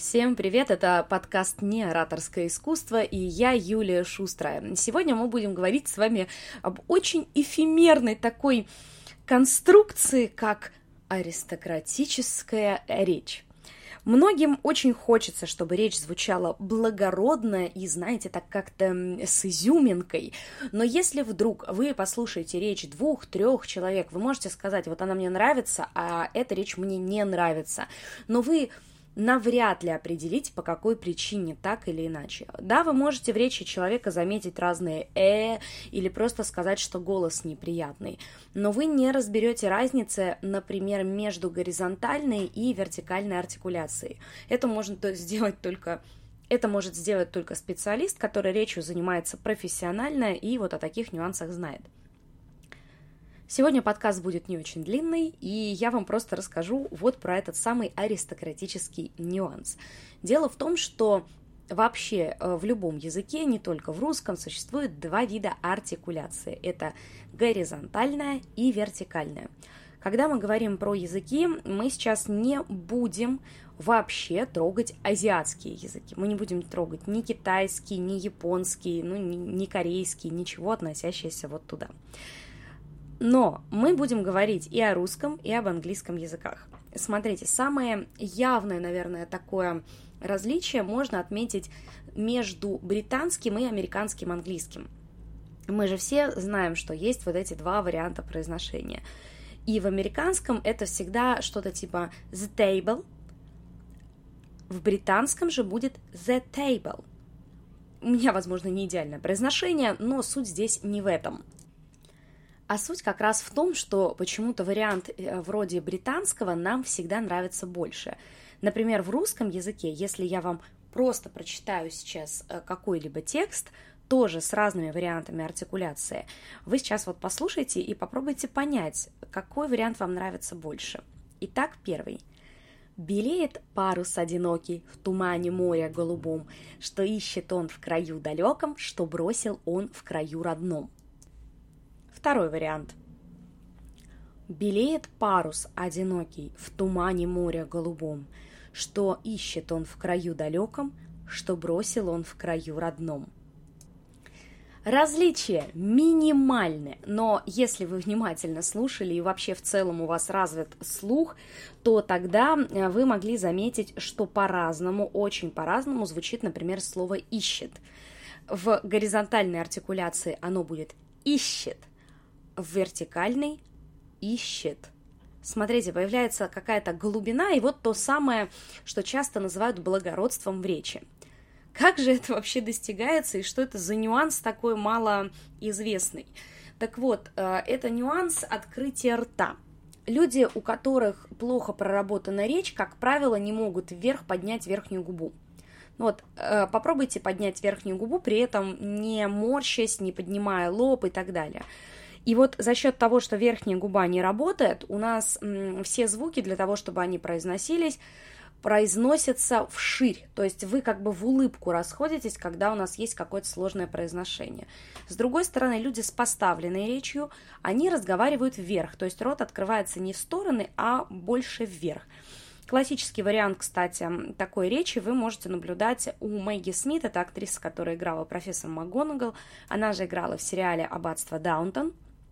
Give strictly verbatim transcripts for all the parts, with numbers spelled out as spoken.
Всем привет, это подкаст «Не ораторское искусство» и я, Юлия Шустрая. Сегодня мы будем говорить с вами об очень эфемерной такой конструкции, как аристократическая речь. Многим очень хочется, чтобы речь звучала благородно и, знаете, так как-то с изюминкой. Но если вдруг вы послушаете речь двух-трех человек, вы можете сказать, вот она мне нравится, а эта речь мне не нравится. Но вы навряд ли определите, по какой причине, так или иначе. Да, вы можете в речи человека заметить разные «э» или просто сказать, что голос неприятный, но вы не разберете разницы, например, между горизонтальной и вертикальной артикуляцией. Это можно сделать только... Это может сделать только специалист, который речью занимается профессионально и вот о таких нюансах знает. Сегодня подкаст будет не очень длинный, и я вам просто расскажу вот про этот самый аристократический нюанс. Дело в том, что вообще в любом языке, не только в русском, существует два вида артикуляции. Это горизонтальная и вертикальная. Когда мы говорим про языки, мы сейчас не будем вообще трогать азиатские языки. Мы не будем трогать ни китайский, ни японский, ну, ни, ни корейский, ничего относящееся вот туда. Но мы будем говорить и о русском, и об английском языках. Смотрите, самое явное, наверное, такое различие можно отметить между британским и американским английским. Мы же все знаем, что есть вот эти два варианта произношения. И в американском это всегда что-то типа the table, в британском же будет the table. У меня, возможно, не идеальное произношение, но суть здесь не в этом. А суть как раз в том, что почему-то вариант вроде британского нам всегда нравится больше. Например, в русском языке, если я вам просто прочитаю сейчас какой-либо текст, тоже с разными вариантами артикуляции, вы сейчас вот послушайте и попробуйте понять, какой вариант вам нравится больше. Итак, первый. «Белеет парус одинокий в тумане моря голубом, что ищет он в краю далеком, что бросил он в краю родном». Второй вариант. «Белеет парус одинокий в тумане моря голубом, что ищет он в краю далеком, что бросил он в краю родном». Различия минимальны, но если вы внимательно слушали и вообще в целом у вас развит слух, то тогда вы могли заметить, что по-разному, очень по-разному звучит, например, слово «ищет». В горизонтальной артикуляции оно будет «ищет», в вертикальной ищет. Смотрите, появляется какая-то глубина, и вот то самое, что часто называют благородством в речи. Как же это вообще достигается, и что это за нюанс такой малоизвестный? Так вот, это нюанс открытия рта. Люди, у которых плохо проработана речь, как правило, не могут вверх поднять верхнюю губу. Вот, попробуйте поднять верхнюю губу, при этом не морщась, не поднимая лоб и так далее. И вот за счет того, что верхняя губа не работает, у нас м, все звуки для того, чтобы они произносились, произносятся вширь. То есть вы как бы в улыбку расходитесь, когда у нас есть какое-то сложное произношение. С другой стороны, люди с поставленной речью, они разговаривают вверх. То есть рот открывается не в стороны, а больше вверх. Классический вариант, кстати, такой речи вы можете наблюдать у Мэгги Смит, это актриса, которая играла профессор МакГонагал, она же играла в сериале «Аббатство Даунтон».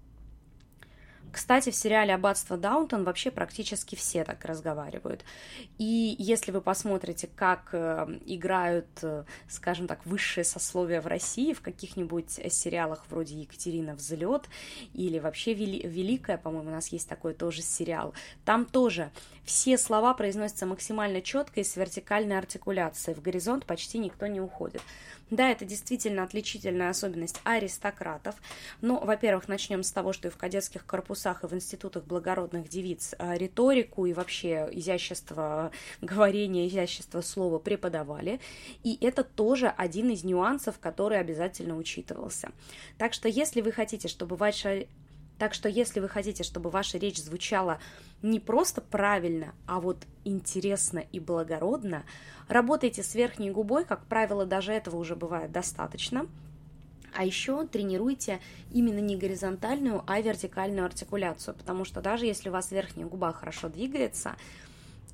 Кстати, в сериале «Аббатство Даунтон» вообще практически все так разговаривают. И если вы посмотрите, как э, играют, э, скажем так, высшие сословия в России, в каких-нибудь сериалах вроде «Екатерина Взлет» или вообще Вели- «Великая», по-моему, у нас есть такой тоже сериал, там тоже все слова произносятся максимально четко и с вертикальной артикуляцией. В горизонт почти никто не уходит. Да, это действительно отличительная особенность аристократов. Но, во-первых, начнем с того, что и в кадетских корпусах, и в институтах благородных девиц риторику и вообще изящество говорения, изящество слова преподавали. И это тоже один из нюансов, который обязательно учитывался. Так что, если вы хотите, чтобы ваша... Так что, если вы хотите, чтобы ваша речь звучала не просто правильно, а вот интересно и благородно, работайте с верхней губой, как правило, даже этого уже бывает достаточно. А еще тренируйте именно не горизонтальную, а вертикальную артикуляцию, потому что даже если у вас верхняя губа хорошо двигается,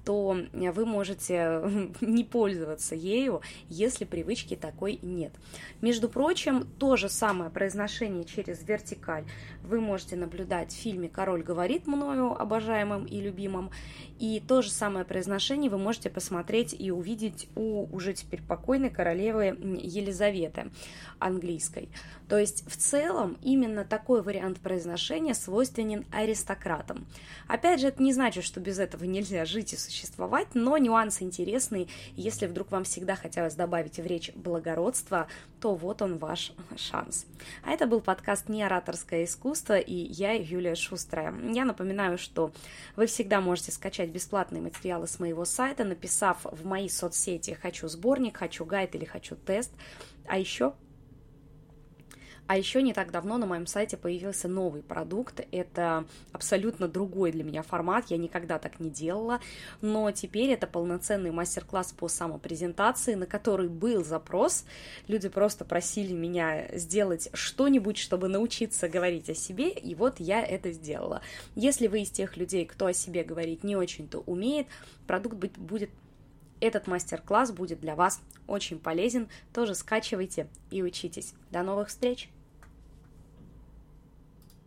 то вы можете не пользоваться ею, если привычки такой нет. Между прочим, то же самое произношение через вертикаль вы можете наблюдать в фильме «Король говорит» мною обожаемым и любимым, и то же самое произношение вы можете посмотреть и увидеть у уже теперь покойной королевы Елизаветы английской. То есть в целом именно такой вариант произношения свойственен аристократам. Опять же, это не значит, что без этого нельзя жить и существовать, но нюанс интересный. Если вдруг вам всегда хотелось добавить в речь благородство, то вот он ваш шанс. А это был подкаст «Не ораторское искусство», и я, Юлия Шустрая. Я напоминаю, что вы всегда можете скачать бесплатные материалы с моего сайта, написав в мои соцсети «Хочу сборник», «Хочу гайд» или «Хочу тест». А еще А еще не так давно на моем сайте появился новый продукт. Это абсолютно другой для меня формат, я никогда так не делала, но теперь это полноценный мастер-класс по самопрезентации, на который был запрос. Люди просто просили меня сделать что-нибудь, чтобы научиться говорить о себе, и вот я это сделала. Если вы из тех людей, кто о себе говорить не очень-то умеет, продукт будет... Этот мастер-класс будет для вас очень полезен. Тоже скачивайте и учитесь. До новых встреч!